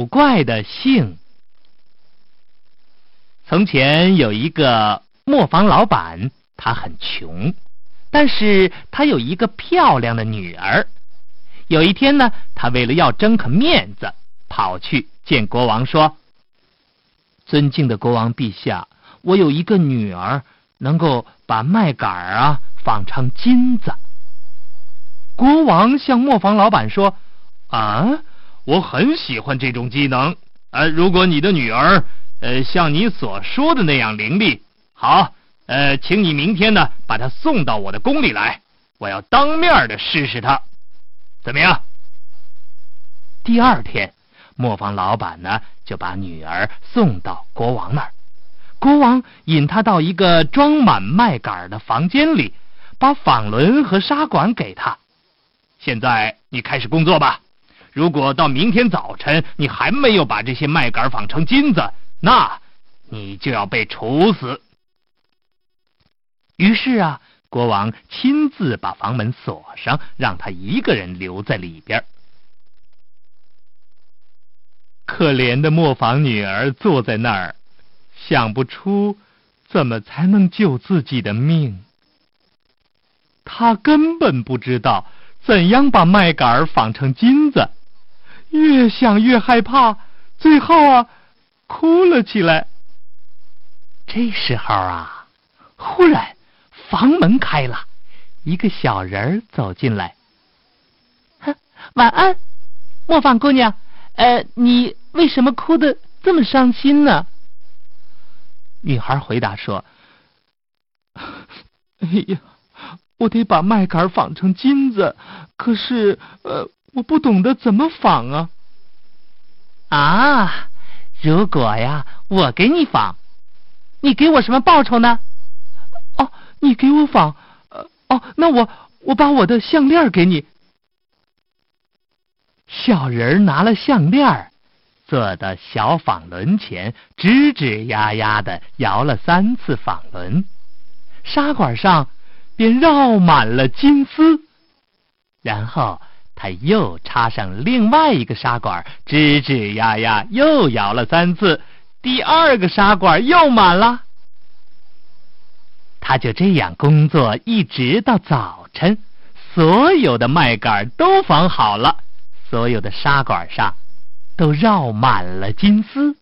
古怪的姓。从前有一个磨坊老板，他很穷，但是他有一个漂亮的女儿。有一天呢，他为了要争个面子，跑去见国王说：尊敬的国王陛下，我有一个女儿，能够把麦秆纺成金子。国王向磨坊老板说：我很喜欢这种技能，如果你的女儿像你所说的那样伶俐，好，请你明天呢把她送到我的宫里来，我要当面的试试她，怎么样？第二天，磨坊老板呢就把女儿送到国王那儿。国王引她到一个装满麦秆的房间里，把纺轮和纱管给她。现在你开始工作吧，如果到明天早晨你还没有把这些麦秆纺成金子，那你就要被处死。于是国王亲自把房门锁上，让他一个人留在里边。可怜的磨坊女儿坐在那儿，想不出怎么才能救自己的命。她根本不知道怎样把麦秆纺成金子，越想越害怕，最后哭了起来。这时候忽然房门开了，一个小人走进来。晚安，磨坊姑娘，你为什么哭得这么伤心呢？女孩回答说：哎呀，我得把麦秆纺成金子，可是我不懂得怎么纺如果我给你纺，你给我什么报酬呢？你给我纺，那我把我的项链给你。小人拿了项链，坐到小纺轮前，吱吱呀呀的摇了3次纺轮，纱管上便绕满了金丝。然后他又插上另外一个纱管，吱吱呀呀又摇了3次，第2个纱管又满了。他就这样工作一直到早晨，所有的麦秆都纺好了，所有的纱管上都绕满了金丝。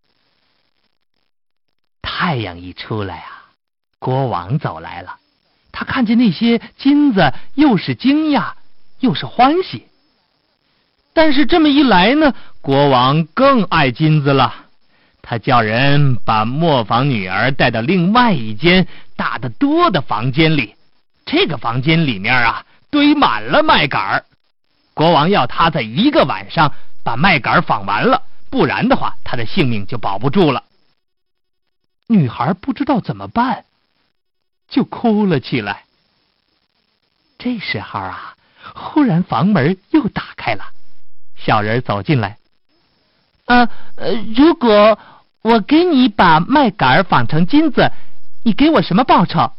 太阳一出来国王走来了，他看见那些金子，又是惊讶又是欢喜。但是这么一来呢，国王更爱金子了。他叫人把磨坊女儿带到另外一间大得多的房间里，这个房间里面堆满了麦秆。国王要他在1个晚上把麦秆纺完了，不然的话他的性命就保不住了。女孩不知道怎么办，就哭了起来。这时候忽然房门又打开了，小人走进来。如果我给你把麦秆纺成金子，你给我什么报酬？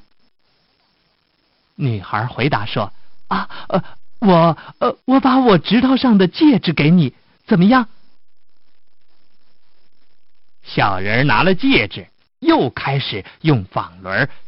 女孩回答说：我把我指头上的戒指给你，怎么样？小人拿了戒指，又开始用纺轮